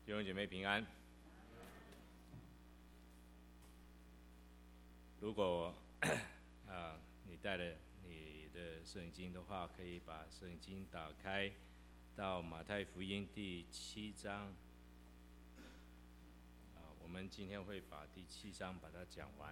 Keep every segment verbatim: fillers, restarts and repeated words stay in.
弟兄姐妹平安。如果啊你带了你的圣经的话，可以把圣经打开到马太福音第七章。啊，我们今天会把第七章把它讲完。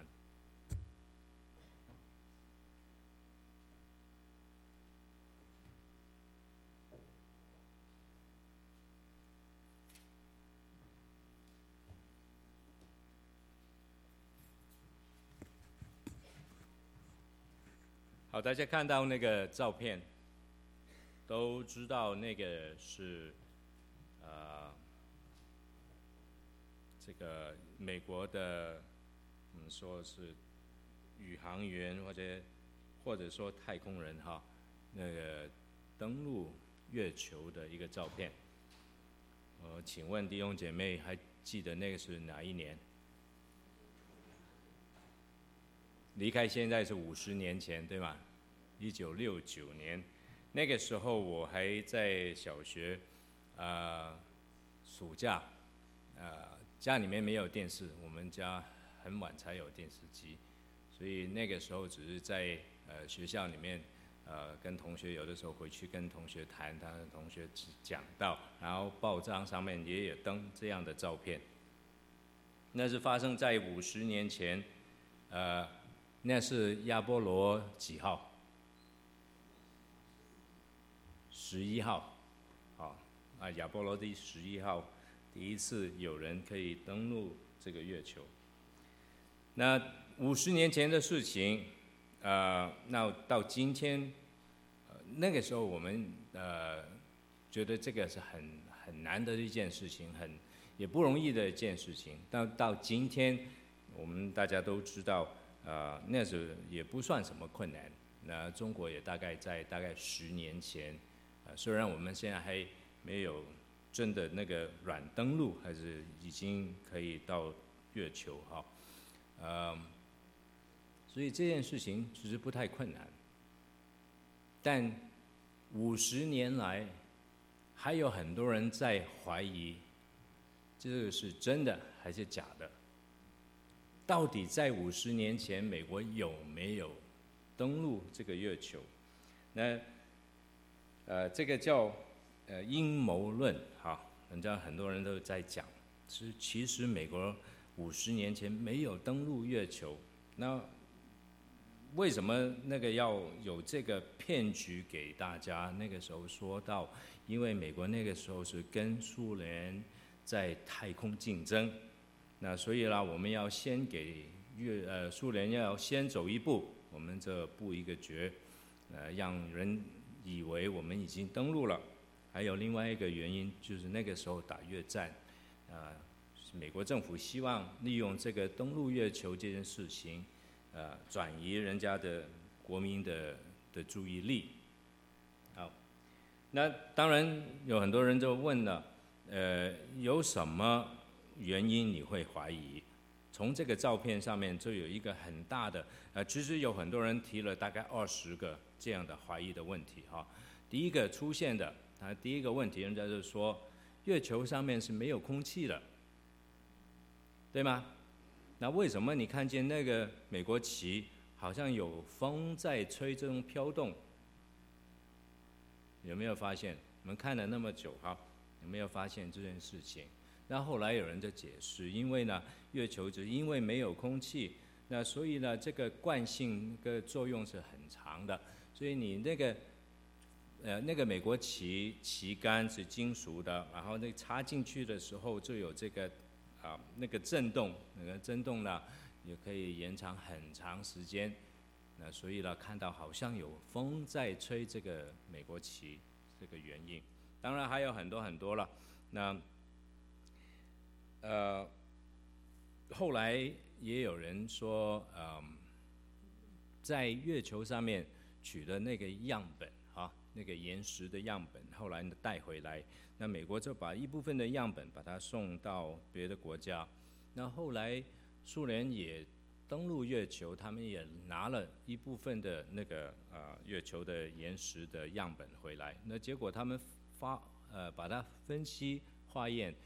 好，大家看到那个照片，都知道那个是，呃，这个美国的，我们说是宇航员或者或者说太空人哈，那个登陆月球的一个照片。呃，请问弟兄姐妹还记得那个是哪一年？离开现在是五十年前，对吗？一九六九年，那个时候我还在小学，呃，暑假，呃，家里面没有电视，我们家很晚才有电视机，所以那个时候只是在呃学校里面，呃，跟同学有的时候回去跟同学谈，他的同学讲到，然后报章上面也有登这样的照片。那是发生在五十年前，呃。那是亚波罗几号？十一号，好啊，亚波罗第十一号，第一次有人可以登陆这个月球。那五十年前的事情，呃，那到今天，呃，那个时候我们呃觉得这个是很很难的一件事情，很也不容易的一件事情。到到今天，我们大家都知道。呃，那时候也不算什么困难。那中国也大概在大概十年前，呃，虽然我们现在还没有真的那个软登陆，还是已经可以到月球哈，呃，所以这件事情其实不太困难。但五十年来，还有很多人在怀疑，这个是真的还是假的？到底在五十年前，美国有没有登陆这个月球？那呃，这个叫呃阴谋论哈，人家很多人都在讲，是其实美国五十年前没有登陆月球。那为什么那个要有这个骗局给大家？那个时候说到，因为美国那个时候是跟苏联在太空竞争。那所以啦，我们要先给越呃苏联要先走一步，我们这布一个局，呃，让人以为我们已经登陆了。还有另外一个原因，就是那个时候打越战，呃，美国政府希望利用这个登陆月球这件事情，呃，转移人家的国民的的注意力。好，那当然有很多人就问了，呃，有什么原因你会怀疑？从这个照片上面就有一个很大的，呃，其实有很多人提了大概二十个这样的怀疑的问题哈。第一个出现的，啊，第一个问题，人家就说，月球上面是没有空气的，对吗？那为什么你看见那个美国旗好像有风在吹这种飘动？有没有发现？我们看了那么久哈，有没有发现这件事情？那后来有人就解释，因为呢，月球只因为没有空气，那所以呢，这个惯性的作用是很长的，所以你那个，呃，那个美国旗旗杆是金属的，然后那插进去的时候就有这个啊那个震动，那个震动呢也可以延长很长时间，那所以呢，看到好像有风在吹这个美国旗这个原因，当然还有很多很多了，那。呃，后来也有人说，嗯，在月球上面取的那个样本啊，那个岩石的样本，后来带回来，那美国就把一部分的样本把它送到别的国家，那后来苏联也登陆月球，他们也拿了一部分的那个呃月球的岩石的样本回来，那结果他们发呃把它分析化验。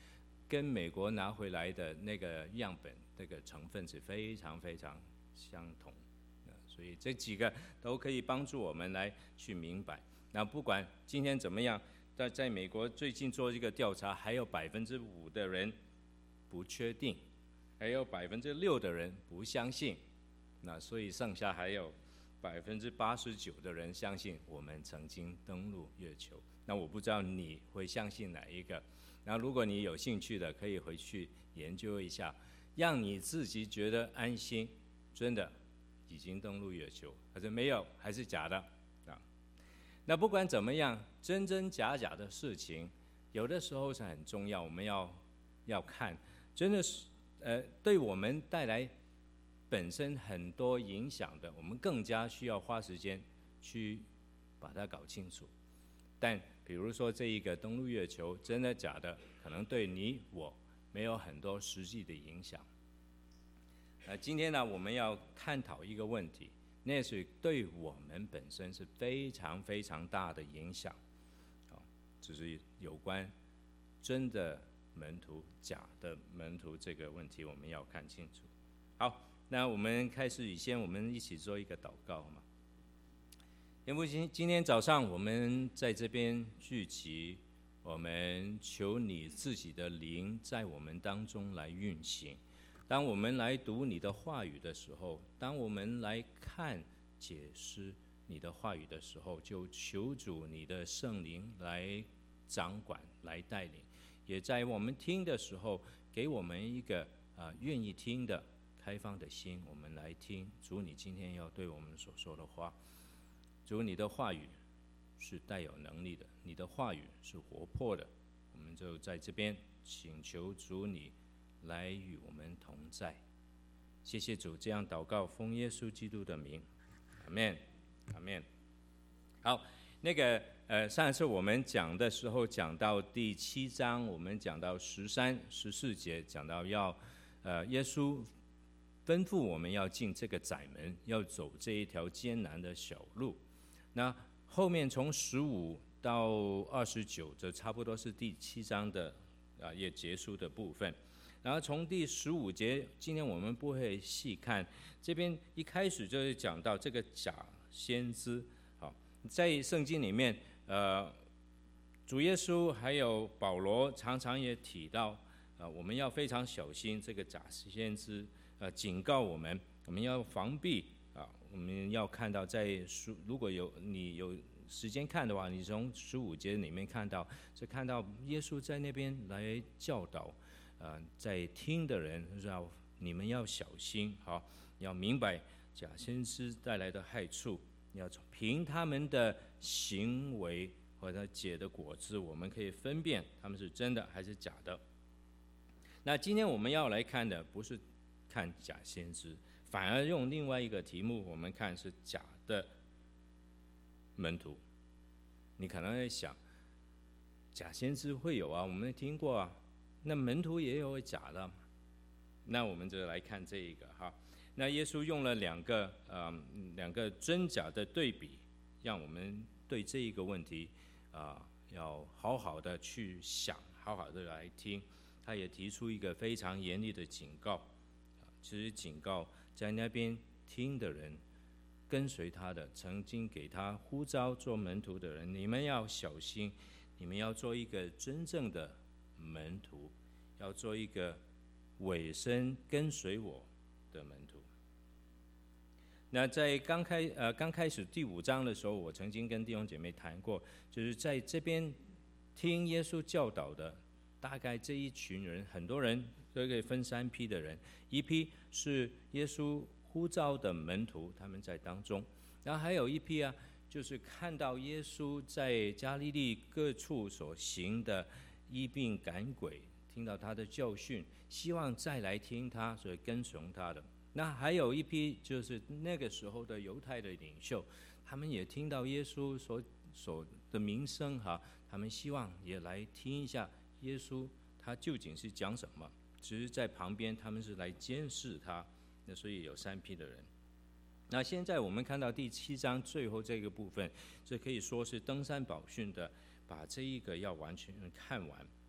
跟美国拿回来的那个样本那个成分是非常非常相同，所以这几个都可以帮助我们来去明白。那不管今天怎么样，在在美国最近做这个调查，还有百分之五的人不确定，还有百分之六的人不相信，那所以剩下还有百分之八十九的人相信我们曾经登陆月球。那我不知道你会相信哪一个？那如果你有兴趣的，可以回去研究一下，让你自己觉得安心。真的已经登陆月球，还是没有，还是假的啊？那不管怎么样，真真假假的事情，有的时候是很重要，我们要要看，真的是呃，对我们带来本身很多影响的，我们更加需要花时间去把它搞清楚。但比如说这一个登陆月球，真的假的，可能对你我没有很多实际的影响。呃，今天呢，我们要探讨一个问题，那是对我们本身是非常非常大的影响。好，就是有关真的门徒、假的门徒这个问题，我们要看清楚。好，那我们开始以前，我们一起做一个祷告，好吗？天父，今今天早上我们在这边聚集，我们求你自己的灵在我们当中来运行。当我们来读你的话语的时候，当我们来看解释你的话语的时候，就求主你的圣灵来掌管、来带领，也在我们听的时候，给我们一个啊、呃、愿意听的开放的心，我们来听主你今天要对我们所说的话。主，你的话语是带有能力的，你的话语是活泼的，我们就在这边请求主你来与我们同在。谢谢主，这样祷告，奉耶稣基督的名，阿们，阿们。好，那个呃，上一次我们讲的时候，讲到第七章，我们讲到十三、十四节，讲到要呃，耶稣吩咐我们要进这个窄门，要走这一条艰难的小路。那后面从十五到二十九，这差不多是第七章的啊也结束的部分。然后从第十五节，今天我们不会细看，这边一开始就是讲到这个假先知。好，在圣经里面，呃，主耶稣还有保罗常常也提到，呃，我们要非常小心这个假先知，呃，警告我们，我们要防避。啊，我们要看到在书，如果有你有时间看的话，你从十五节里面看到，是看到耶稣在那边来教导，呃，在听的人要你们要小心，好，要明白假先知带来的害处，要凭他们的行为或者结的果子，我们可以分辨他们是真的还是假的。那今天我们要来看的不是看假先知，反而用另外一个题目，我们看是假的门徒。你可能会想，假先知会有啊，我们听过啊，那门徒也有假的。那我们就来看这一个哈。那耶稣用了两个呃两个真假的对比，让我们对这一个问题啊、呃、要好好的去想，好好的来听。他也提出一个非常严厉的警告。其实警告在那边听的人，跟随他的，曾经给他呼召做门徒的人，你们要小心，你们要做一个真正的门徒，要做一个委身跟随我的门徒。那在刚开呃刚开始第五章的时候，我曾经跟弟兄姐妹谈过，就是在这边听耶稣教导的，大概这一群人，很多人都可以分三批的人，一批是耶稣呼召的门徒，他们在当中，然后还有一批啊，就是看到耶稣在加利利各处所行的医病赶鬼，听到他的教训，希望再来听他，所以跟从他的。那还有一批就是那个时候的犹太的领袖，他们也听到耶稣所所的名声哈，他们希望也来听一下耶稣他究竟是讲什么。只是在旁边，他们是来监视他。那所以有三批的人。那现在我们看到第七章最后这个部分，这可以说是登山宝训的，把这一个要完全看完。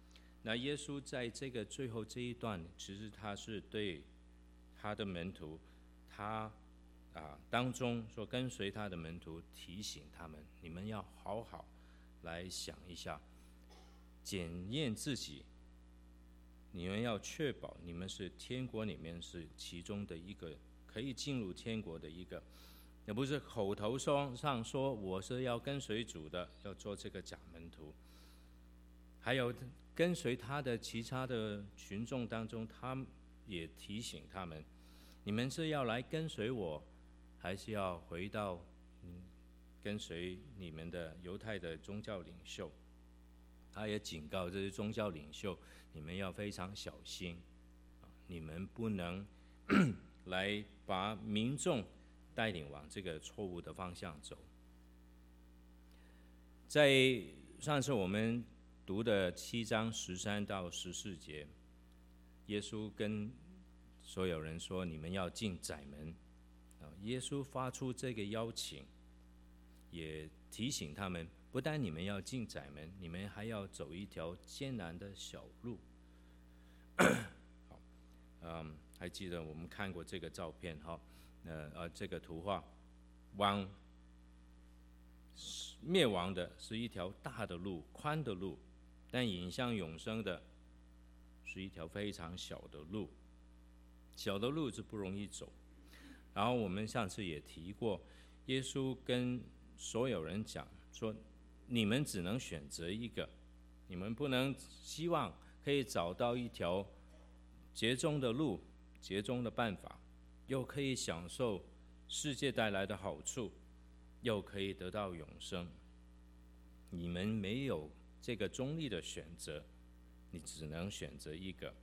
那耶稣在这个最后这一段，其实他是对他的门徒，他啊当中说跟随他的门徒提醒他们，你们要好好来想一下，检验自己，你们要确保你们是天国里面是其中的一个可以进入天国的一个，也不是口头上说我是要跟随主的，要做这个假门徒。还有跟随他的其他的群众当中，他也提醒他们，你们是要来跟随我，还是要回到、嗯、跟随你们的犹太的宗教领袖？他也警告这些宗教领袖，你们要非常小心，你们不能来把民众带领往这个错误的方向走。在上次我们读的七章十三到十四节，耶稣跟所有人说：“你们要进窄门。”耶稣发出这个邀请，也提醒他们，不但你们要进窄门，你们还要走一条艰难的小路。好，嗯，还记得我们看过这个照片哈，呃呃，这个图画，往灭亡的是一条大的路、宽的路。但引向永生的是一条非常小的路，小的路是不容易走。然后我们上次也提过，耶稣跟所有人讲说，你们只能选择一个，你们不能希望可以找到一条折中的路、折中的办法，又可以享受世界带来的好处，又可以得到永生。你们没有这个中立的选择，你只能选择一个。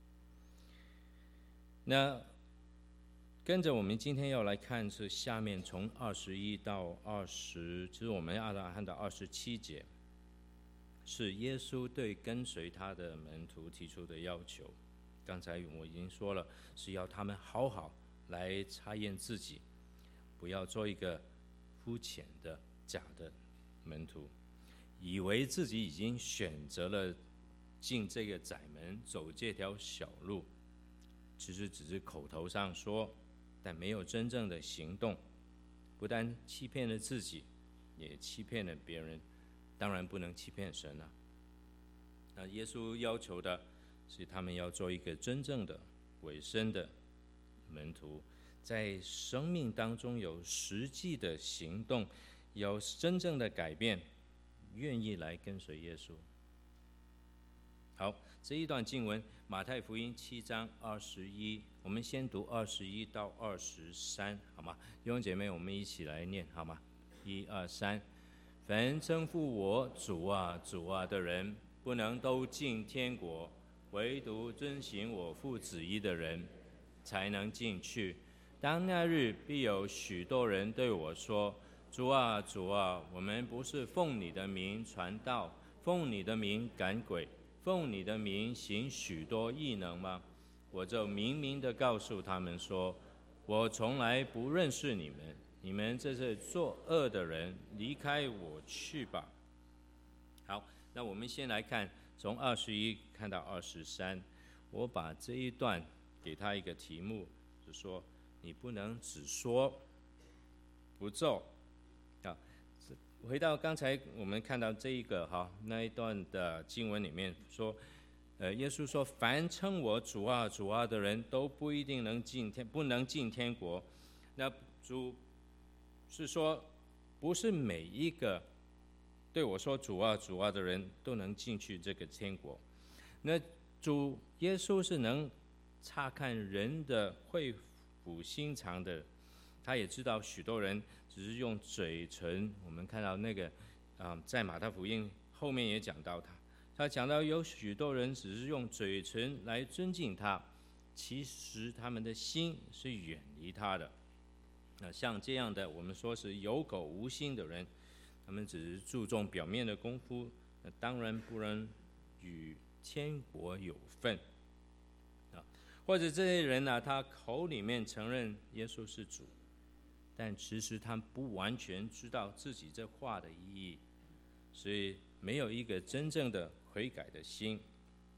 那跟着我们今天要来看是下面从二十一到二十，其实我们要看到二十七节，是耶稣对跟随他的门徒提出的要求。刚才我已经说了，是要他们好好来查验自己，不要做一个肤浅的假的门徒，以为自己已经选择了进这个窄门，走这条小路，其实只是口头上说，但没有真正的行动，不但欺骗了自己，也欺骗了别人，当然不能欺骗神了。那耶稣要求的是他们要做一个真正的委身的门徒，在生命当中有实际的行动，有真正的改变，愿意来跟随耶稣。好，这一段经文，马太福音七章二十一，我们先读二十一到二十三，好吗？弟兄姐妹，我们一起来念，好吗？一二三，凡称呼我主啊主啊的人，不能都进天国，唯独遵行我父旨意的人，才能进去。当那日，必有许多人对我说：主啊主啊，我们不是奉你的名传道，奉你的名赶鬼，奉你的名行许多异能吗？我就明明地告诉他们说，我从来不认识你们，你们这些作恶的人，离开我去吧。好，那我们先来看从二十一看到二十三，我把这一段给他一个题目，就说你不能只说不做。啊，回到刚才我们看到这一个哈那一段的经文里面说，呃，耶稣说，凡称我主啊主啊的人都不一定能进天，不能进天国。那主是说，不是每一个对我说主啊主啊的人都能进去这个天国。那主耶稣是能察看人的肺腑心肠的，他也知道许多人只是用嘴唇，我们看到那个，嗯，在马太福音后面也讲到他，他讲到有许多人只是用嘴唇来尊敬他，其实他们的心是远离他的。那像这样的，我们说是有口无心的人，他们只是注重表面的功夫，那当然不能与天国有份。啊，或者这些人呢、啊，他口里面承认耶稣是主，但其实他不完全知道自己这话的意义，所以没有一个真正的悔改的心。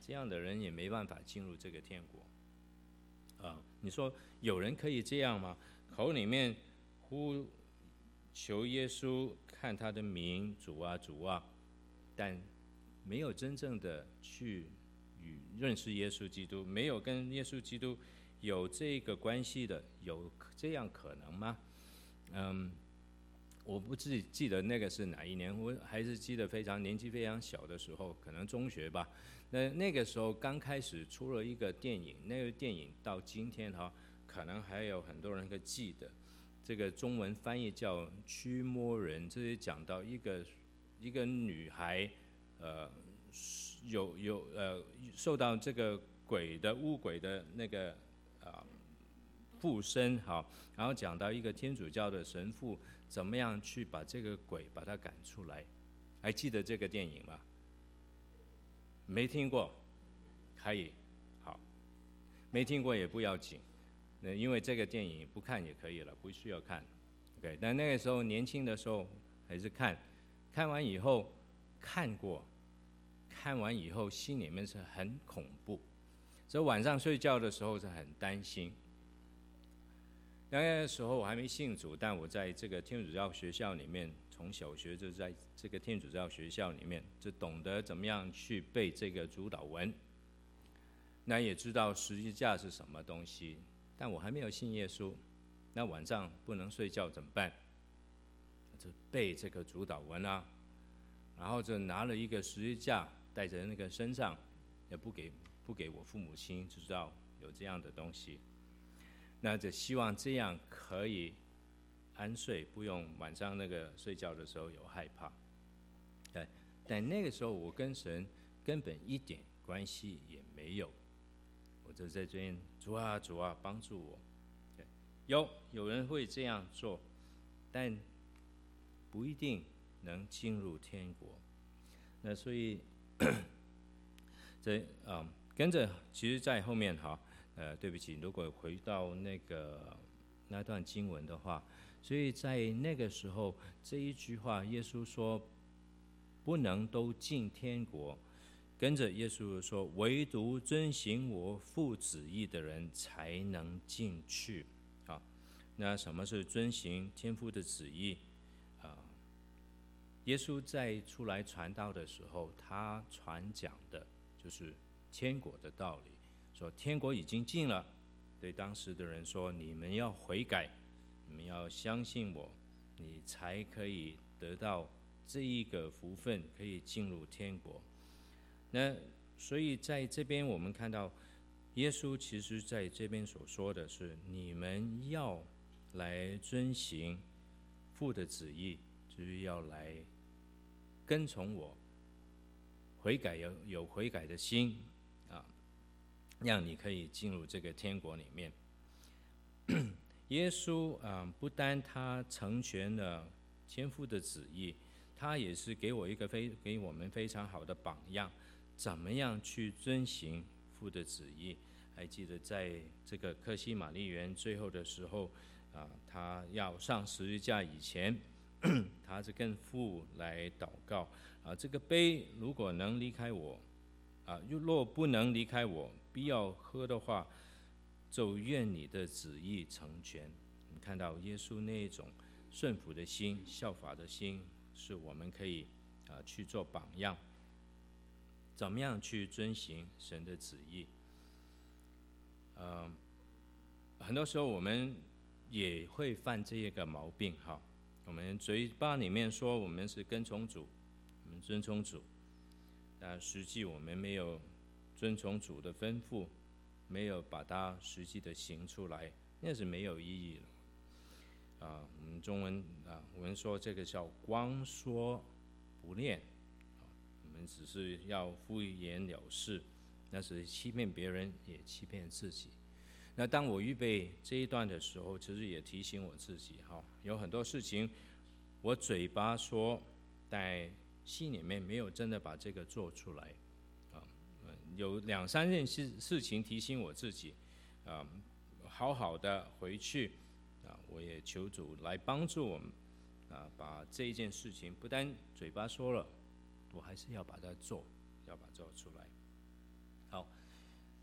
这样的人也没办法进入这个天国。啊，你说有人可以这样吗？口里面呼求耶稣，看他的名，主啊主啊，但没有真正的去与认识耶稣基督，没有跟耶稣基督有这个关系的，有这样可能吗？嗯，我不自己记得那个是哪一年，我还是记得非常年纪非常小的时候，可能中学吧。那那个时候刚开始出了一个电影，那个电影到今天哈，可能还有很多人会记得。这个中文翻译叫《驱魔人》，这里讲到一个一个女孩，呃，有有呃受到这个鬼的巫鬼的那个啊附身，好，然后讲到一个天主教的神父怎么样去把这个鬼把它赶出来，还记得这个电影吗？没听过，可以，好，没听过也不要紧。那因为这个电影不看也可以了，不需要看 ，OK。但那个时候年轻的时候还是看，看完以后看过，看完以后心里面是很恐怖，所以晚上睡觉的时候是很担心。那个时候我还没信主，但我在这个天主教学校里面，从小学就在这个天主教学校里面，就懂得怎么样去背这个主祷文，那也知道十字架是什么东西。但我还没有信耶稣，那晚上不能睡觉怎么办？就背这个主祷文啊，然后就拿了一个十字架带在那个身上，也不给不给我父母亲知道有这样的东西，那就希望这样可以安睡，不用晚上那个睡觉的时候有害怕。对，但那个时候我跟神根本一点关系也没有。我就在这边，主啊主啊，帮助我。有有人会这样做，但不一定能进入天国。那所以这啊、嗯，跟着，其实，在后面哈，呃，对不起，如果回到那个那段经文的话，所以在那个时候这一句话，耶稣说不能都进天国。跟着耶稣说，唯独遵行我父旨意的人才能进去。啊，那什么是遵行天父的旨意？啊，耶稣在出来传道的时候，他传讲的就是天国的道理，说天国已经近了，对当时的人说，你们要悔改，你们要相信我，你才可以得到这一个福分，可以进入天国。那所以在这边我们看到，耶稣其实在这边所说的是，你们要来遵行父的旨意，就是要来跟从我，悔改有有悔改的心啊，让你可以进入这个天国里面。耶稣啊，不单他成全了天父的旨意，他也是给我一个非给我们非常好的榜样。怎么样去遵行父的旨意？还记得在这个客西马尼园最后的时候，啊，他要上十字架以前，他是跟父来祷告啊，这个杯如果能离开我，啊，若不能离开我，必要喝的话，就愿你的旨意成全。你看到耶稣那种顺服的心、效法的心，是我们可以啊去做榜样。怎么样去遵行神的旨意？呃，很多时候我们也会犯这一个毛病哈。我们嘴巴里面说我们是跟从主，我们遵从主，但实际我们没有遵从主的吩咐，没有把它实际的行出来，那是没有意义的。啊，我们中文啊，我们说这个叫光说不练。我们只是要敷衍了事，那是欺骗别人，也欺骗自己。那当我预备这一段的时候，其实也提醒我自己，哈，有很多事情我嘴巴说，但心里面没有真的把这个做出来。啊，有两三件事事情提醒我自己，啊，好好的回去，啊，我也求主来帮助我们，啊，把这一件事情不单嘴巴说了。我还是要把它做，要把它做出来。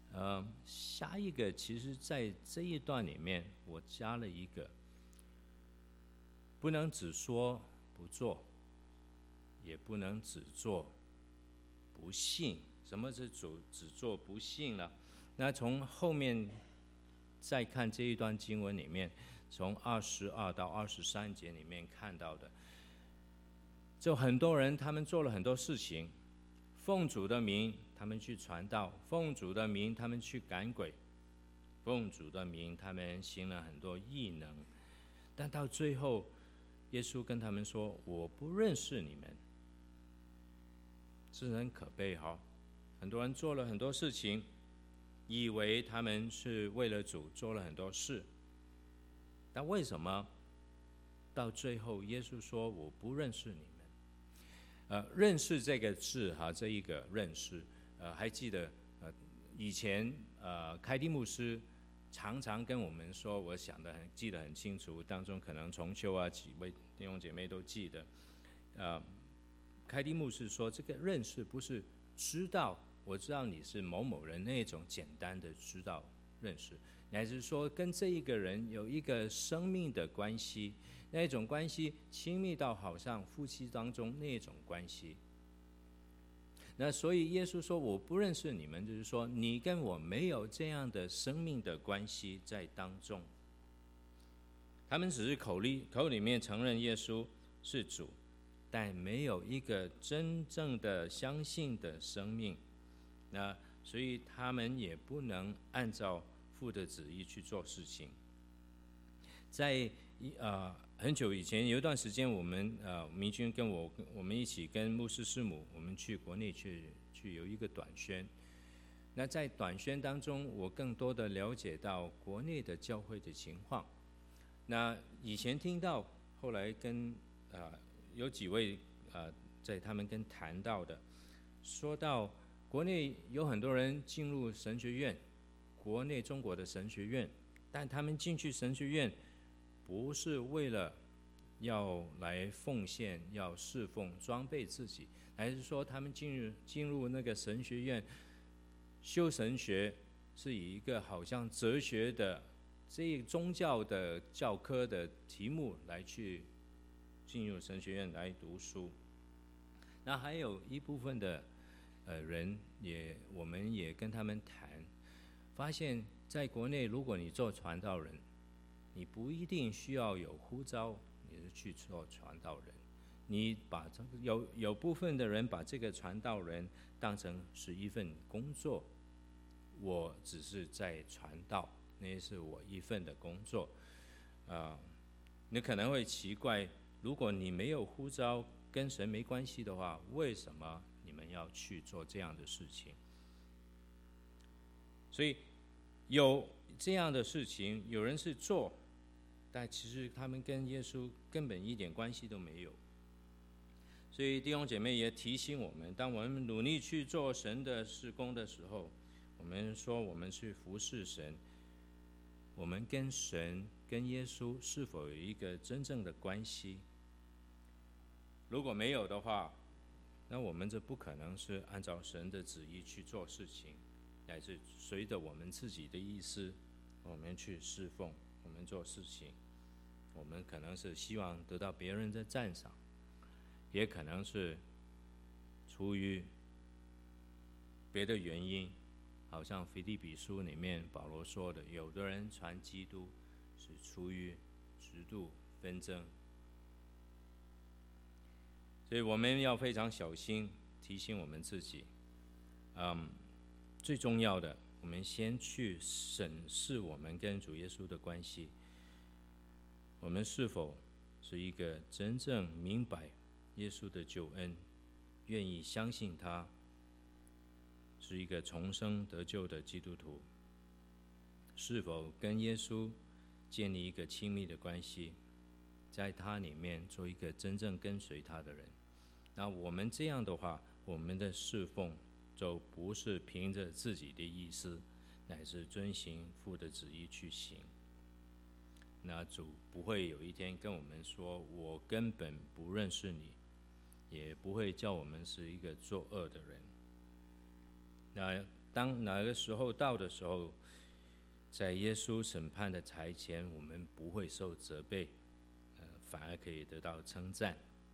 呃，下一个其实在这一段里面，我加了一个，不能只说不做，也不能只做不信。什么是只只做不信呢？那从后面再看这一段经文里面，从二十二到二十三节里面看到的，就很多人他们做了很多事情，奉主的名他们去传道，奉主的名他们去赶鬼，奉主的名他们行了很多异能，但到最后耶稣跟他们说，我不认识你们。是很可悲哈，很多人做了很多事情，以为他们是为了主做了很多事，但为什么到最后耶稣说我不认识你们？呃，认识这个字哈，这一个认识，呃，还记得呃以前呃开蒂牧师常常跟我们说，我想得很记得很清楚，当中可能重修啊几位弟兄姐妹都记得，呃。开蒂牧师说，这个认识不是知道，我知道你是某某人那种简单的知道认识，乃是说跟这一个人有一个生命的关系，那种关系亲密到好像夫妻当中那种关系。那所以耶稣说我不认识你们，就是说你跟我没有这样的生命的关系在当中。他们只是口里口里面承认耶稣是主，但没有一个真正的相信的生命，那所以他们也不能按照父的旨意去做事情。在呃很久以前有一段时间，我们呃明君跟我我们一起跟牧师师母，我们去国内去去有一个短宣。那在短宣当中，我更多的了解到国内的教会的情况。那以前听到，后来跟呃。有几位呃，在他们跟谈到的，说到国内有很多人进入神学院，国内中国的神学院，但他们进去神学院不是为了要来奉献、要侍奉、装备自己，还是说他们进入进入那个神学院修神学，是以一个好像哲学的这宗教的教科的题目来去进入神学院来读书。那还有一部分的呃人也，我们也跟他们谈，发现在国内，如果你做传道人，你不一定需要有呼召，你是去做传道人。你把这个有有部分的人把这个传道人当成是一份工作，我只是在传道，那是我一份的工作。啊、呃，你可能会奇怪，如果你没有呼召，跟神没关系的话，为什么你们要去做这样的事情？所以有这样的事情，有人是做，但其实他们跟耶稣根本一点关系都没有。所以弟兄姐妹也提醒我们，当我们努力去做神的事工的时候，我们说我们去服侍神，我们跟神跟耶稣是否有一个真正的关系？如果没有的话，那我们这不可能是按照神的旨意去做事情，乃是随着我们自己的意思，我们去侍奉，我们做事情。我们可能是希望得到别人的赞赏，也可能是出于别的原因，好像腓立比书里面保罗说的，有的人传基督是出于嫉妒纷争。所以我们要非常小心，提醒我们自己，嗯，最重要的，我们先去审视我们跟主耶稣的关系，我们是否是一个真正明白耶稣的救恩，愿意相信他，是一个重生得救的基督徒，是否跟耶稣建立一个亲密的关系，在他里面做一个真正跟随他的人。那我们这样的话，我们的侍奉就不是凭着自己的意思，乃是遵行父的旨意去行。那主不会有一天跟我们说，我根本不认识你，也不会叫我们是一个作恶的人。那当哪个时候到的时候，在耶稣审判的台前，我们不会受责备，呃，反而可以得到称赞。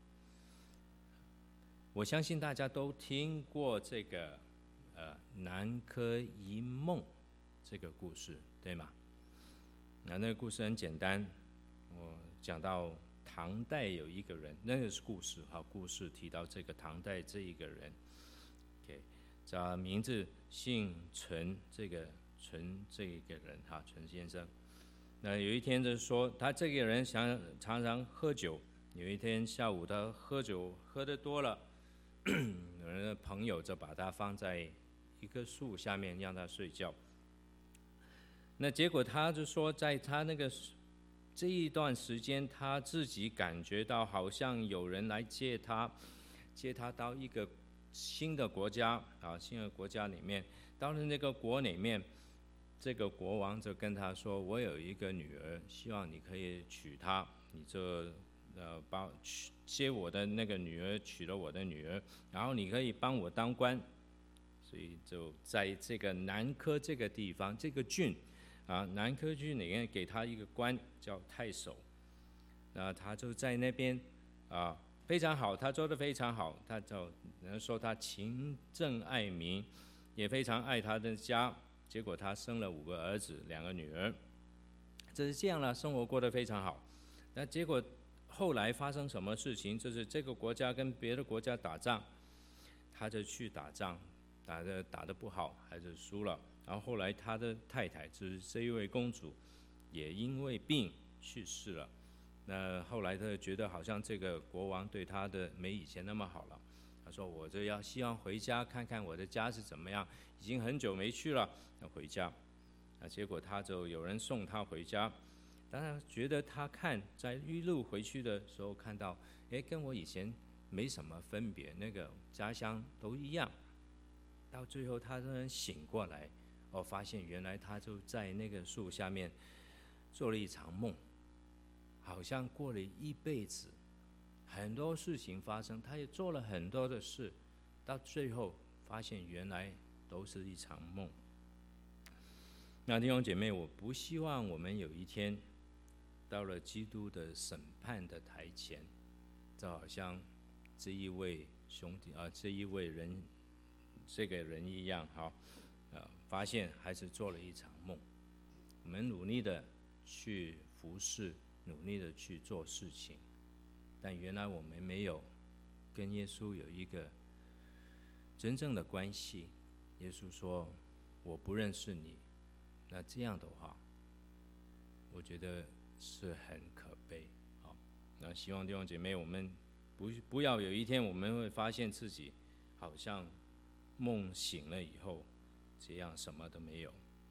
我相信大家都听过这个呃南柯一梦这个故事，对吗？那那个故事很简单，我讲到唐代有一个人，那个是故事哈，故事提到这个唐代这一个人 ，OK， 他名字姓陈，这个陈这一个人哈，陈先生。那有一天就是说，他这个人想常常喝酒，有一天下午他喝酒喝得多了。有人的朋友就把他放在一棵树下面让他睡觉。那结果他就说，在他那个这一段时间，他自己感觉到好像有人来接他，接他到一个新的国家啊，新的国家里面。到了那个国里面，这个国王就跟他说：“我有一个女儿，希望你可以娶她，你就。”呃，把接我的那个女儿，娶了我的女儿，然后你可以帮我当官，所以就在这个南柯这个地方，这个郡啊，南柯郡里面给他一个官叫太守，那他就在那边啊，非常好，他做得非常好，他就人说他勤政爱民，也非常爱他的家，结果他生了五个儿子，两个女儿，就是这样了，生活过得非常好，那结果。后来发生什么事情？就是这个国家跟别的国家打仗，他就去打仗，打得打得不好，还是输了。然后后来他的太太，就是这一位公主，也因为病去世了。那后来他就觉得好像这个国王对他的没以前那么好了。他说：“我就要希望回家看看我的家是怎么样，已经很久没去了，要回家。”那结果他就有人送他回家。当然觉得他看在一路回去的时候看到，哎，跟我以前没什么分别，那个家乡都一样。到最后他突然醒过来，哦，发现原来他就在那个树下面做了一场梦，好像过了一辈子，很多事情发生，他也做了很多的事，到最后发现原来都是一场梦。那弟兄姐妹，我不希望我们有一天到了基督的审判的台前，就好像这一位兄弟啊，这一位人，这个人一样，好，呃，发现还是做了一场梦。我们努力的去服侍，努力的去做事情，但原来我们没有跟耶稣有一个真正的关系。耶稣说：“我不认识你。”那这样的话，我觉得是很可悲。好，那希望弟兄姐妹，我们不不要有一天我们会发现自己好像梦醒了以后，这样什么都没有。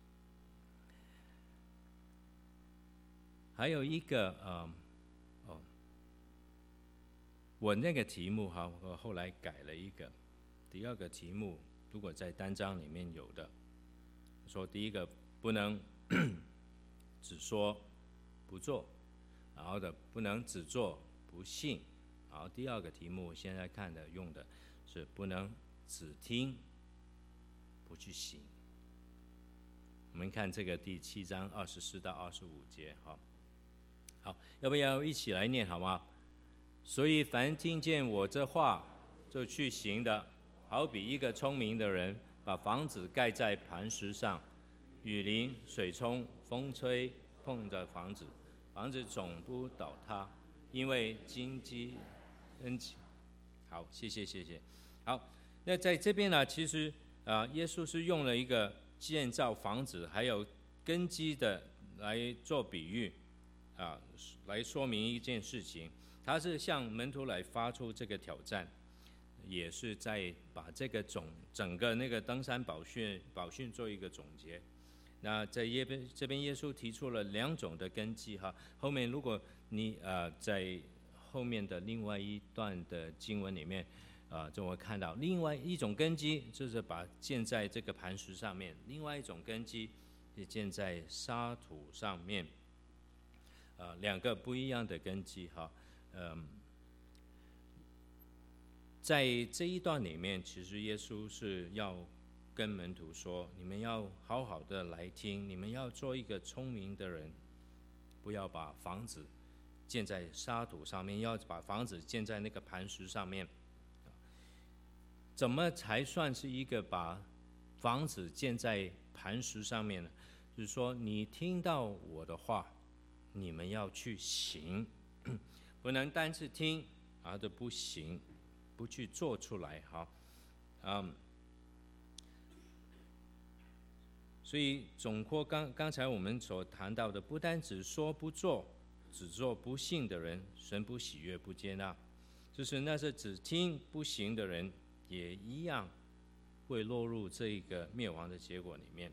还有一个呃，哦，我那个题目哈，我后来改了一个。第二个题目，如果在单章里面有的，说第一个不能只说不做，然后的不能只做不信，然后第二个题目现在看的用的是不能只听不去行。我们看这个第七章二十四到二十五节，好，好，要不要一起来念好吗？所以凡听见我这话就去行的，好比一个聪明的人，把房子盖在磐石上，雨淋、水冲、风吹，碰着房子，房子总不倒塌，因为根基恩基。好，谢谢谢谢。好，那在这边呢，其实啊、呃，耶稣是用了一个建造房子还有根基的来做比喻啊、呃，来说明一件事情。他是向门徒来发出这个挑战，也是在把这个总整个那个登山宝训宝训做一个总结。那在耶边这边，耶稣提出了两种的根基哈。后面如果你呃在后面的另外一段的经文里面，呃就会看到另外一种根基，就是把建在这个磐石上面；另外一种根基是建在沙土上面。呃，两个不一样的根基哈。嗯，在这一段里面，其实耶稣是要跟门徒说，你们要好好的来听，你们要做一个聪明的人，不要把房子建在沙土上面，要把房子建在那个磐石上面。怎么才算是一个把房子建在磐石上面呢？就是说，你听到我的话，你们要去行，不能单是听而都不行，不去做出来。好，嗯，所以总括刚刚才我们所谈到的，不单只说不做，只做不信的人，神不喜悦不接纳，就是那些只听不行的人，也一样会落入这一个灭亡的结果里面。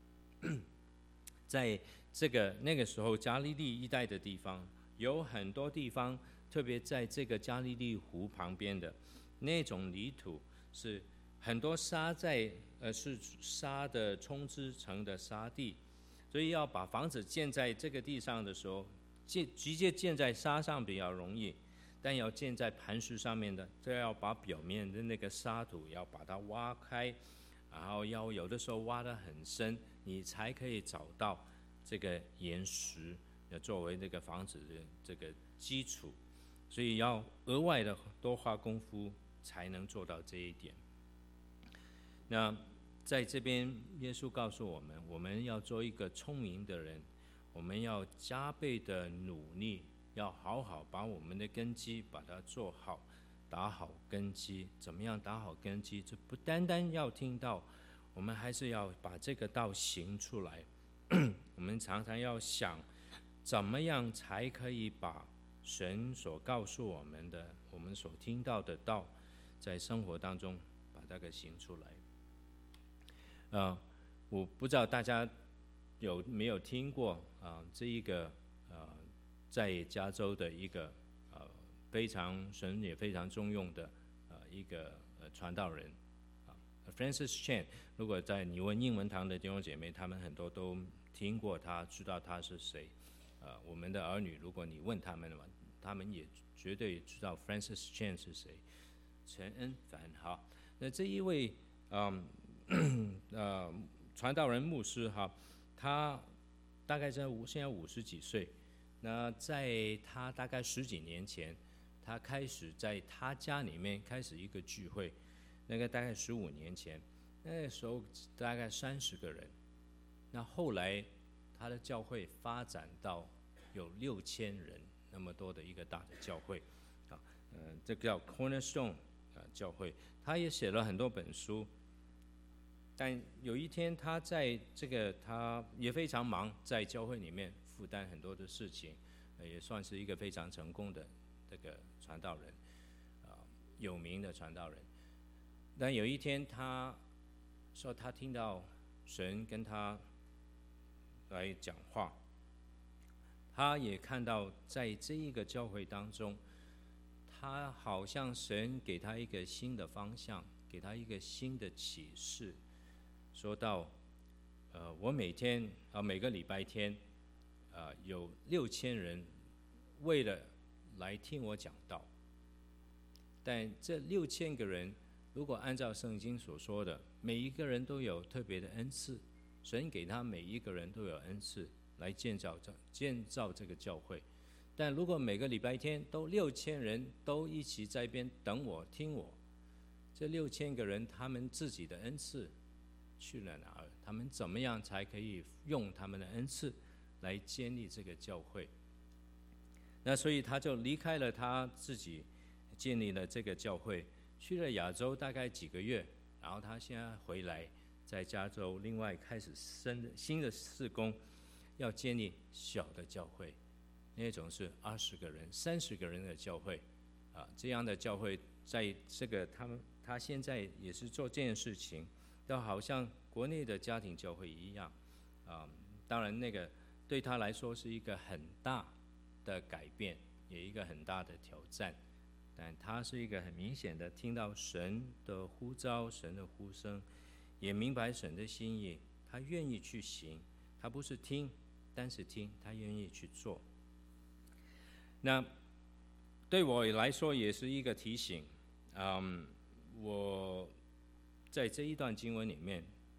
在这个那个时候，加利利一带的地方有很多地方，特别在这个加利利湖旁边的那种泥土，是很多沙在呃是沙的冲织成的沙地，所以要把房子建在这个地上的时候，建直接建在沙上比较容易，但要建在磐石上面的，这要把表面的那个沙土要把它挖开，然后要有的时候挖得很深，你才可以找到这个岩石，要作为那个房子的这个基础，所以要额外的多花功夫才能做到这一点。那在这边，耶稣告诉我们，我们要做一个聪明的人，我们要加倍的努力，要好好把我们的根基把它做好，打好根基。怎么样打好根基？这不单单要听到，我们还是要把这个道行出来。我们常常要想，怎么样才可以把神所告诉我们的，我们所听到的道，在生活当中把它给行出来。呃，我不知道大家有没有听过啊、呃，这一个呃，在加州的一个呃非常神也非常重用的呃一个呃传道人啊 ，Francis Chan。如果在你问英文堂的弟兄姐妹，他们很多都听过他，知道他是谁。呃，我们的儿女，如果你问他们的话，他们也绝对知道 Francis Chan 是谁。陈恩凡，好，那这一位嗯。呃，传道人牧师哈，他大概在五现在五十几岁。那在他大概十几年前，他开始在他家里面开始一个聚会。那个大概十五年前，那个时候大概三十个人。那后来他的教会发展到有六千人那么多的一个大的教会啊，呃，这个叫 Cornerstone 啊教会。他也写了很多本书。但有一天，他在这个他也非常忙，在教会里面负担很多的事情，也算是一个非常成功的这个传道人，啊、呃，有名的传道人。但有一天，他说他听到神跟他来讲话，他也看到在这一个教会当中，他好像神给他一个新的方向，给他一个新的启示。说到，呃，我每天啊、呃、每个礼拜天，啊、呃、有六千人为了来听我讲道，但这六千个人如果按照圣经所说的，每一个人都有特别的恩赐，神给他每一个人都有恩赐来建造这建造这个教会。但如果每个礼拜天都六千人都一起在一边等我听我，这六千个人他们自己的恩赐去了哪儿？他们怎么样才可以用他们的恩赐来建立这个教会？那所以他就离开了他自己建立了这个教会，去了亚洲大概几个月，然后他现在回来，在加州另外开始新的新的事工，要建立小的教会，那种是二十个人、三十个人的教会，啊，这样的教会在这个他们他现在也是做这件事情。就好像国内的家庭教会一样，啊、嗯，当然那个对他来说是一个很大的改变，也一个很大的挑战，但他是一个很明显的听到神的呼召、神的呼声，也明白神的心意，他愿意去行，他不是听，单是听，他愿意去做。那对我来说也是一个提醒，嗯，我。在这一段经文里面，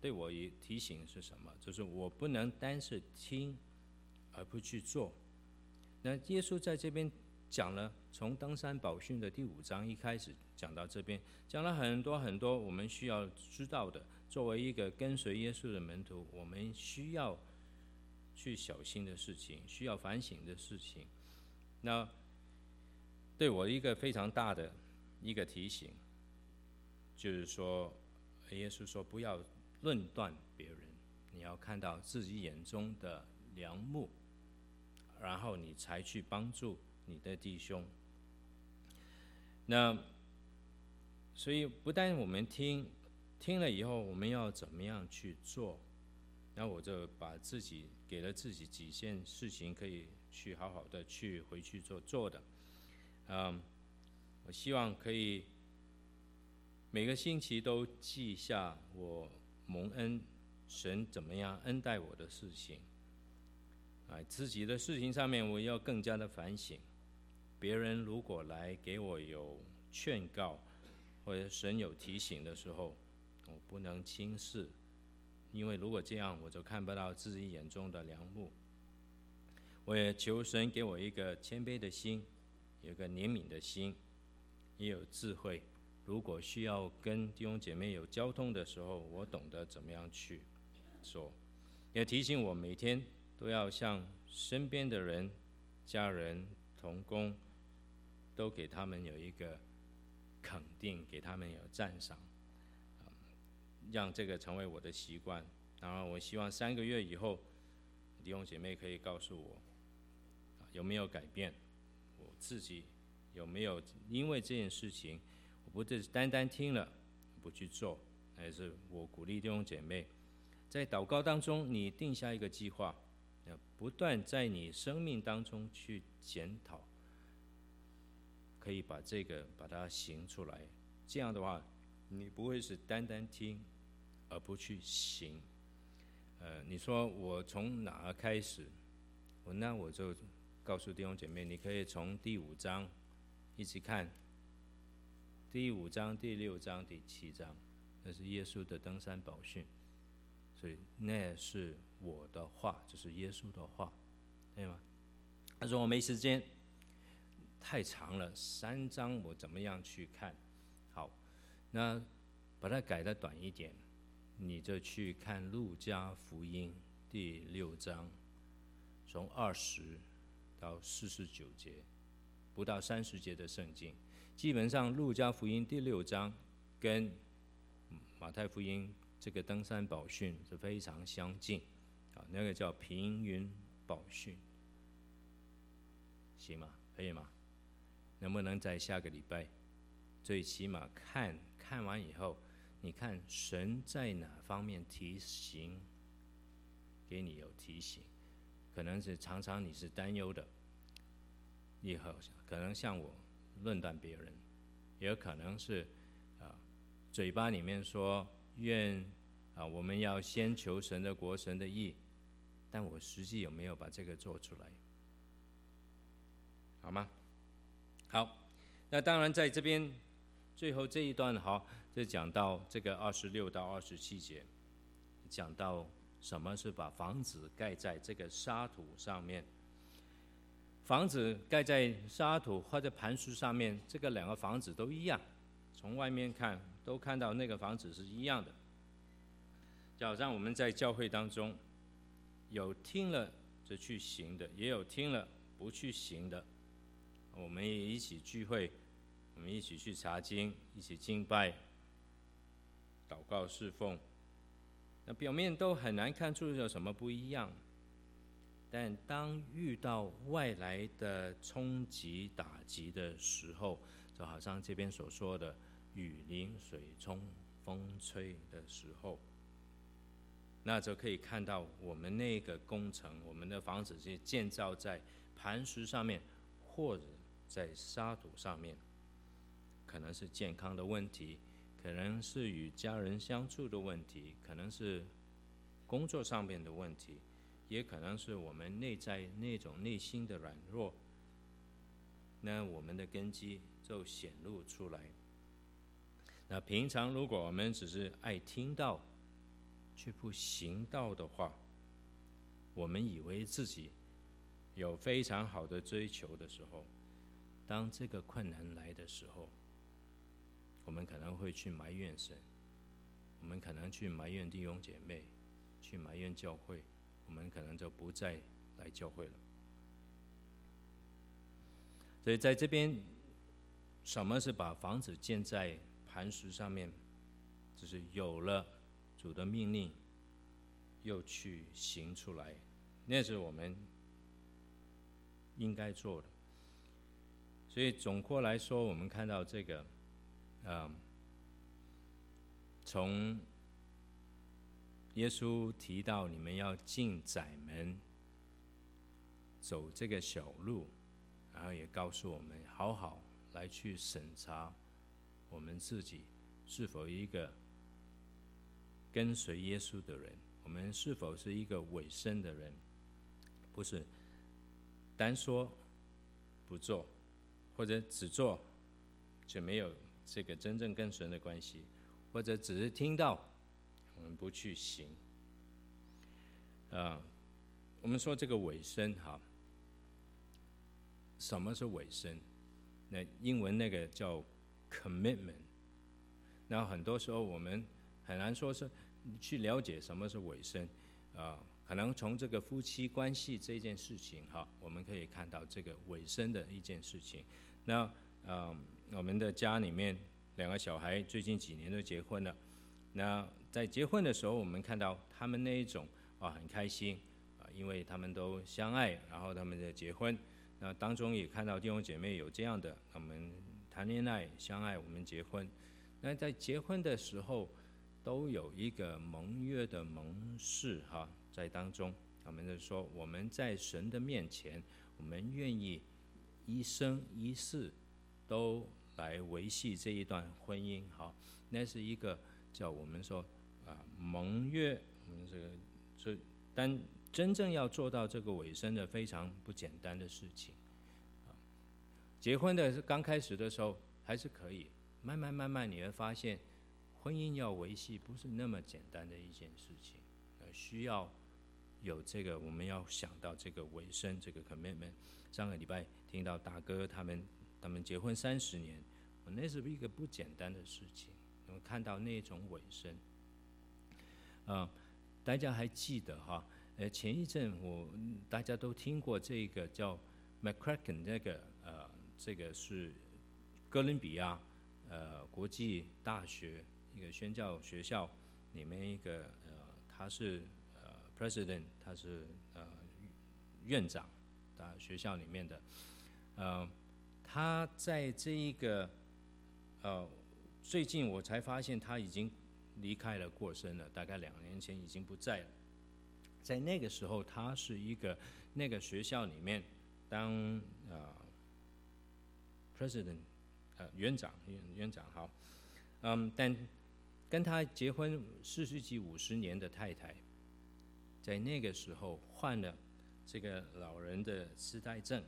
对我也提醒是什么？就是我不能单是听而不去做。那耶稣在这边讲了，从登山宝训的第五章一开始讲到这边，讲了很多很多我们需要知道的。作为一个跟随耶稣的门徒，我们需要去小心的事情，需要反省的事情。那对我一个非常大的一个提醒，就是说，耶稣说不要论断别人，你要看到自己眼中的梁木，然后你才去帮助你的弟兄。那所以不但我们听听了以后，我们要怎么样去做？那我就把自己给了自己几件事情，可以去好好的去回去做做的。嗯，我希望可以每个星期都记下我蒙恩神怎么样恩待我的事情。啊，自己的事情上面我要更加的反省。别人如果来给我有劝告，或者神有提醒的时候，我不能轻视，因为如果这样，我就看不到自己眼中的梁木。我也求神给我一个谦卑的心，有一个怜悯的心，也有智慧。如果需要跟弟兄姐妹有交通的时候，我懂得怎么样去做。也提醒我每天都要向身边的人、家人、同工，都给他们有一个肯定，给他们有赞赏，让这个成为我的习惯。然后我希望三个月以后，弟兄姐妹可以告诉我有没有改变，我自己有没有因为这件事情，我不是单单听了不去做，还是我鼓励弟兄姐妹在祷告当中，你定下一个计划，不断在你生命当中去检讨，可以把这个把它行出来。这样的话，你不会是单单听而不去行。呃，你说我从哪儿开始？我那我就告诉弟兄姐妹，你可以从第五章一直看，第五章、第六章、第七章，那是耶稣的登山宝训。所以那是我的话，就是耶稣的话，对吗？他说我没时间，太长了，三章我怎么样去看？好，那把它改得短一点，你就去看路加福音第六章，从二十到四十九节，不到三十节的圣经。基本上路加福音第六章跟马太福音这个登山宝训是非常相近，啊，那个叫平云宝训，行吗？可以吗？能不能在下个礼拜，最起码看看完以后，你看神在哪方面提醒，给你有提醒，可能是常常你是担忧的，也可能像我论断别人，也有可能是啊，嘴巴里面说愿啊我们要先求神的国、神的义，但我实际有没有把这个做出来？好吗？好，那当然在这边最后这一段，好，就讲到这个二十六到二十七节，讲到什么是把房子盖在这个沙土上面。房子盖在沙土或者磐石上面，这个两个房子都一样，从外面看都看到那个房子是一样的。就好像我们在教会当中，有听了就去行的，也有听了不去行的。我们也一起聚会，我们一起去查经，一起敬拜、祷告、侍奉。那表面都很难看出有什么不一样。但当遇到外来的冲击打击的时候，就好像这边所说的雨淋、水冲、风吹的时候，那就可以看到我们那个工程，我们的房子是建造在磐石上面，或者在沙土上面，可能是健康的问题，可能是与家人相处的问题，可能是工作上面的问题，也可能是我们内在那种内心的软弱，那我们的根基就显露出来。那平常如果我们只是爱听到， 却不行道的话，我们以为自己有非常好的追求的时候，当这个困难来的时候，我们可能会去埋怨神，我们可能去埋怨弟兄姐妹，去埋怨教会，我们可能就不再来教会了。所以在这边，什么是把房子建在磐石上面？就是有了主的命令，又去行出来，那是我们应该做的。所以总括来说，我们看到这个，嗯，从耶稣提到你们要进窄门，走这个小路，然后也告诉我们好好来去审查我们自己是否一个跟随耶稣的人，我们是否是一个委身的人，不是单说不做，或者只做就没有这个真正跟神的关系，或者只是听到我们不去行。啊，我们说这个委身哈，什么是委身？那英文那个叫 commitment。那很多时候我们很难说是去了解什么是委身，啊、呃，可能从这个夫妻关系这件事情哈，我们可以看到这个委身的一件事情。那呃，我们的家里面两个小孩最近几年都结婚了，那在结婚的时候，我们看到他们那一种啊很开心啊，因为他们都相爱，然后他们的结婚，那当中也看到弟兄姐妹有这样的，我们谈恋爱相爱，我们结婚。那在结婚的时候，都有一个盟约的盟誓哈，在当中，我们就说我们在神的面前，我们愿意一生一世都来维系这一段婚姻哈。那是一个叫我们说啊盟约，我们这个这但真正要做到这个委身的非常不简单的事情。结婚的是刚开始的时候还是可以。慢慢慢慢，你会发现，婚姻要维系不是那么简单的一件事情，呃，需要有这个，我们要想到这个委身，这个 commitment。上个礼拜听到大哥他们他们结婚三十年，那是一个不简单的事情。我们看到那种委身，啊、呃，大家还记得哈？呃，前一阵我大家都听过这个叫 McCracken 那个呃，这个是哥伦比亚。呃，国际大学一个宣教学校里面一个呃，他是呃 president， 他是呃院长，啊学校里面的，呃，他在这一个呃最近我才发现他已经离开了，过身了，大概两年前已经不在了。在那个时候，他是一个那个学校里面当呃 president。呃，园长，园长好，嗯，但跟他结婚四十几、五十年的太太，在那个时候患了这个老人的痴呆症。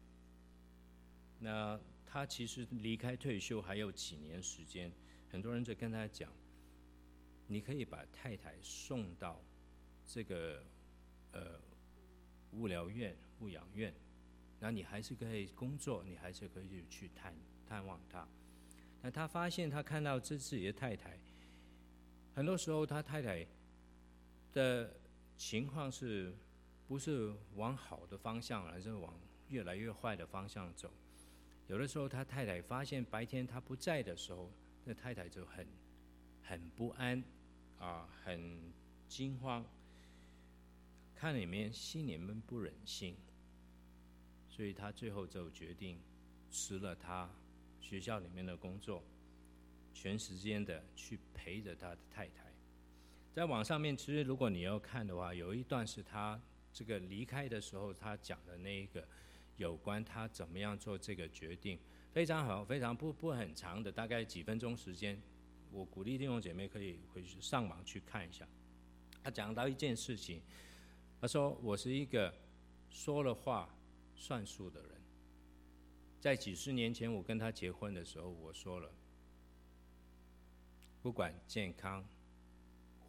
那他其实离开退休还有几年时间，很多人就跟他讲，你可以把太太送到这个呃物疗院、护养院，那你还是可以工作，你还是可以去探。探望他，那他发现他看到自己的太太，很多时候他太太的情况是不是往好的方向，而是往越来越坏的方向走？有的时候他太太发现白天他不在的时候，那太太就很很不安啊，很惊慌，看里面心里面不忍心，所以他最后就决定辞了他学校里面的工作，全时间的去陪着他的太太。在网上面，其实如果你要看的话，有一段是他这个离开的时候，他讲的那一个有关他怎么样做这个决定，非常好，非常不不很长的，大概几分钟时间。我鼓励弟兄姐妹可以回去上网去看一下。他讲到一件事情，他说：“我是一个说了话算数的人。”在几十年前，我跟他结婚的时候，我说了，不管健康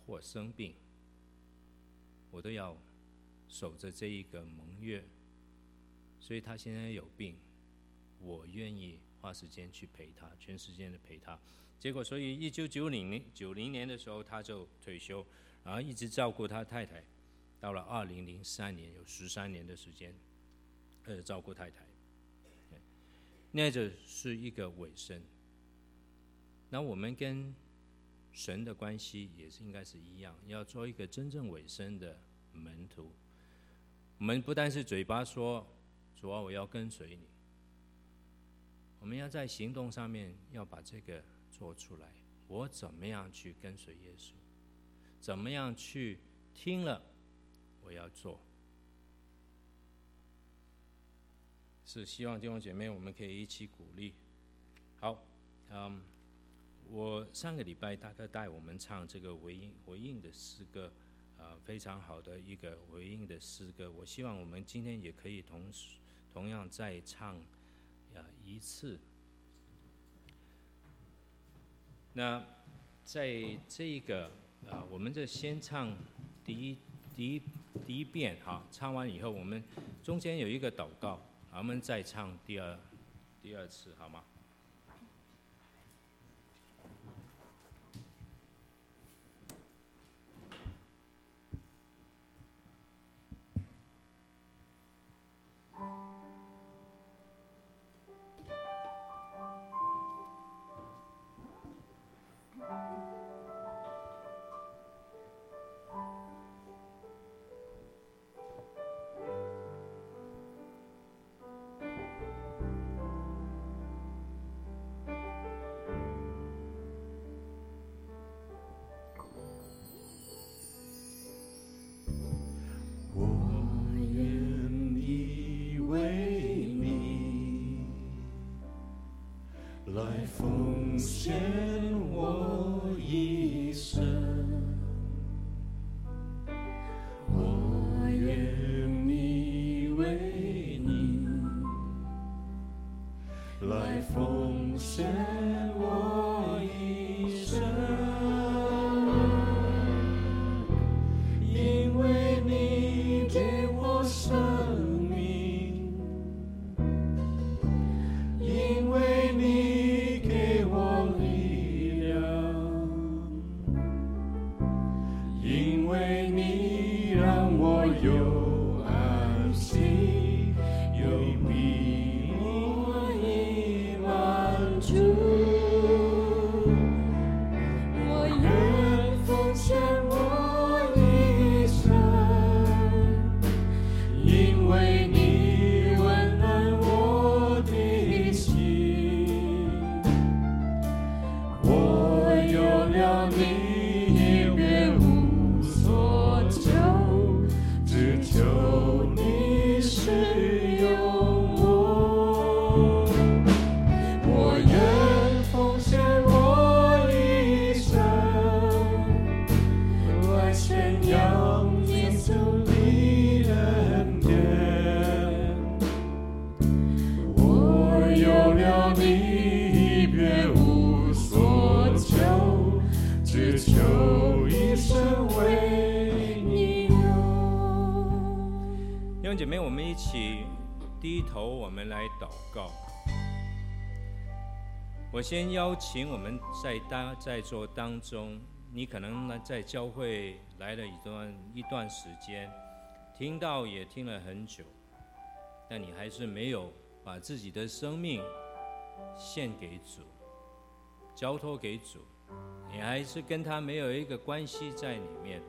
或生病，我都要守着这一个盟约。所以他现在有病，我愿意花时间去陪他，全时间的陪他。结果，所以一九九零年九零年的时候他就退休，然后一直照顾他太太，到了二零零三年有十三年的时间，呃，照顾太太。那就是一个尾声。那我们跟神的关系也是应该是一样，要做一个真正委身的门徒。我们不但是嘴巴说主啊，我要跟随你，我们要在行动上面要把这个做出来。我怎么样去跟随耶稣？怎么样去听了我要做？是希望弟兄姐妹我们可以一起鼓励。好，嗯，我上个礼拜大概带我们唱这个回应回应的诗歌，呃，非常好的一个回应的诗歌。我希望我们今天也可以同时同样再唱呃一次。那在这一个呃，我们就先唱第一第一第一遍哈，唱完以后我们中间有一个祷告。我们再唱第二第二次，好吗？姐妹，我们一起低头，我们来祷告。我先邀请我们在当在座当中，你可能呢在教会来了一段一段时间，听到也听了很久，但你还是没有把自己的生命献给主，交托给主，你还是跟他没有一个关系在里面。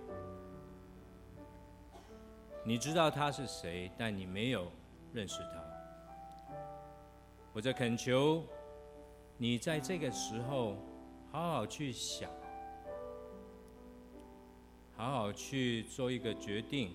你知道他是谁，但你没有认识他。我在恳求你在这个时候好好去想，好好去做一个决定。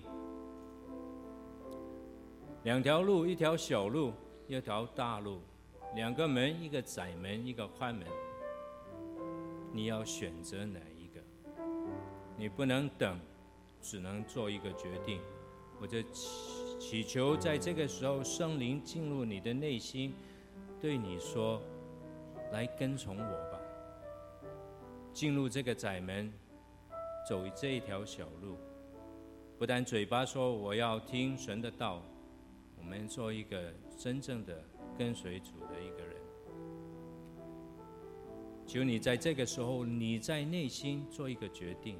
两条路，一条小路，一条大路，两个门，一个窄门，一个宽门。你要选择哪一个？你不能等，只能做一个决定。我就祈求在这个时候，圣灵进入你的内心，对你说：“来跟从我吧。”进入这个窄门， 走这一条小路，不但嘴巴说我要听神的道，我们做一个真正的跟随主的一个人。求你在这个时候，你在内心做一个决定。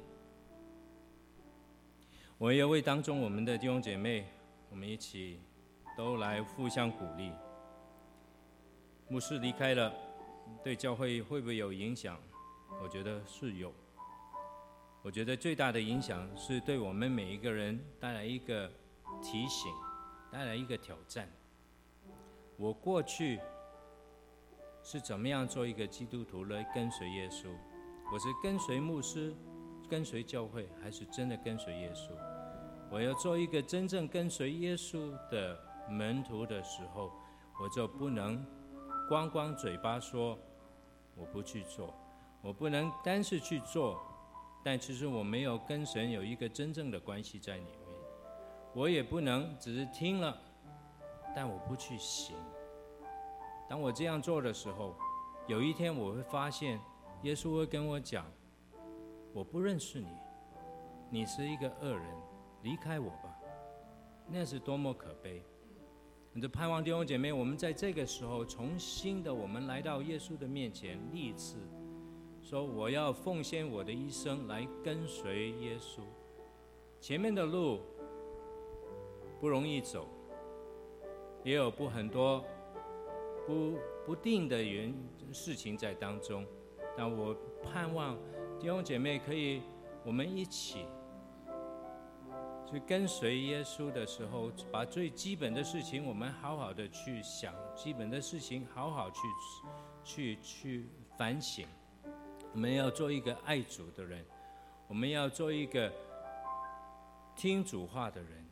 我也为当中我们的弟兄姐妹，我们一起都来互相鼓励。牧师离开了，对教会会不会有影响？我觉得是有。我觉得最大的影响是对我们每一个人带来一个提醒，带来一个挑战。我过去是怎么样做一个基督徒来跟随耶稣？我是跟随牧师，跟随教会，还是真的跟随耶稣？我要做一个真正跟随耶稣的门徒的时候，我就不能光光嘴巴说我不去做，我不能单是去做，但其实我没有跟神有一个真正的关系在里面。我也不能只是听了，但我不去行。当我这样做的时候，有一天我会发现耶稣会跟我讲，我不认识你，你是一个恶人，离开我吧。那是多么可悲。我就盼望弟兄姐妹，我们在这个时候重新的我们来到耶稣的面前，立志说我要奉献我的一生来跟随耶稣。前面的路不容易走，也有不很多不不定的原事情在当中，但我盼望弟兄姐妹可以我们一起去跟随耶稣的时候，把最基本的事情我们好好的去想，基本的事情好好去去去反省。我们要做一个爱主的人，我们要做一个听主话的人。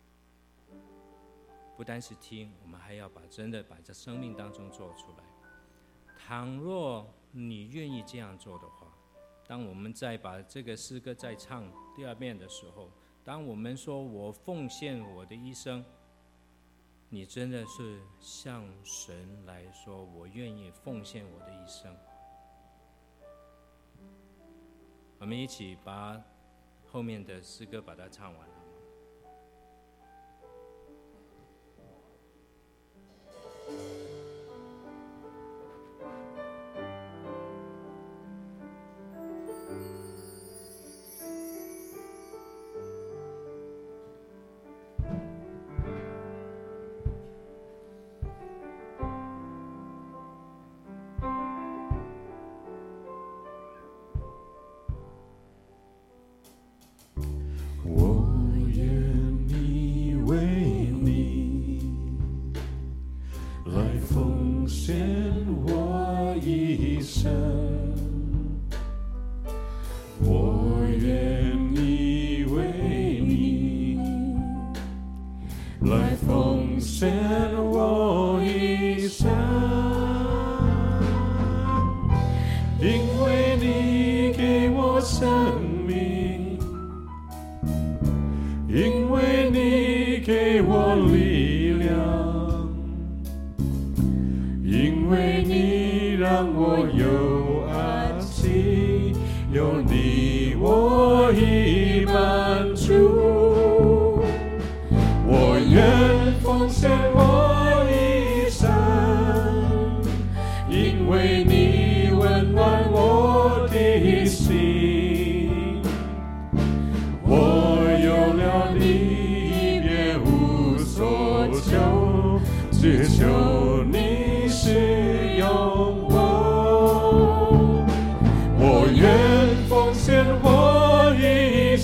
不单是听，我们还要把真的把这生命当中做出来。倘若你愿意这样做的话，当我们再把这个诗歌再唱第二遍的时候，当我们说我奉献我的一生，你真的是向神来说，我愿意奉献我的一生。我们一起把后面的诗歌把它唱完。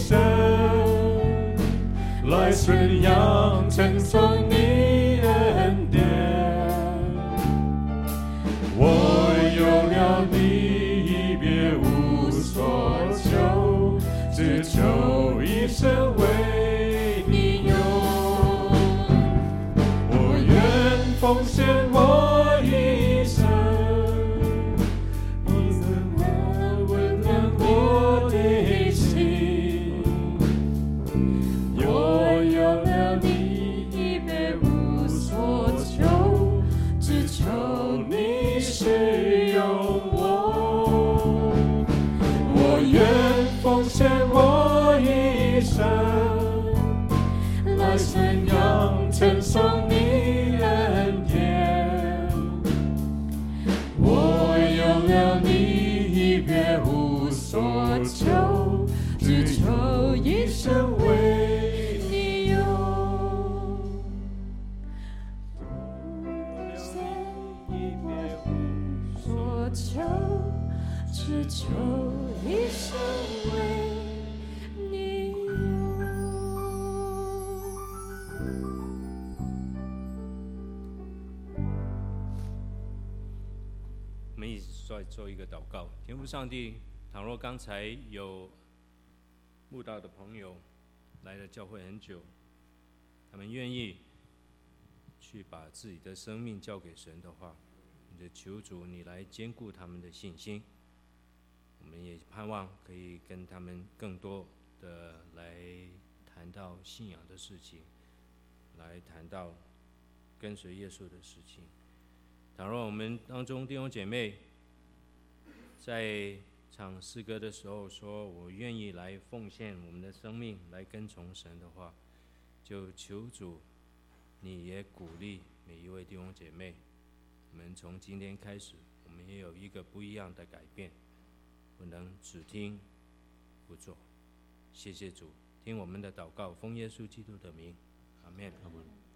来宣扬称颂你恩送你恩典。我有了你，别无所求，只求一生为你用。所求，只求一生为你用。 我们一起再做一个祷告。天父上帝，倘若刚才有慕道的朋友来了教会很久，他们愿意去把自己的生命交给神的话，你的求主你来坚固他们的信心。我们也盼望可以跟他们更多的来谈到信仰的事情，来谈到跟随耶稣的事情。倘若我们当中弟兄姐妹在唱诗歌的时候说我愿意来奉献我们的生命来跟从神的话，就求主你也鼓励每一位弟兄姐妹，我们从今天开始我们也有一个不一样的改变，不能只听不做。谢谢主，听我们的祷告，奉耶稣基督的名，阿们。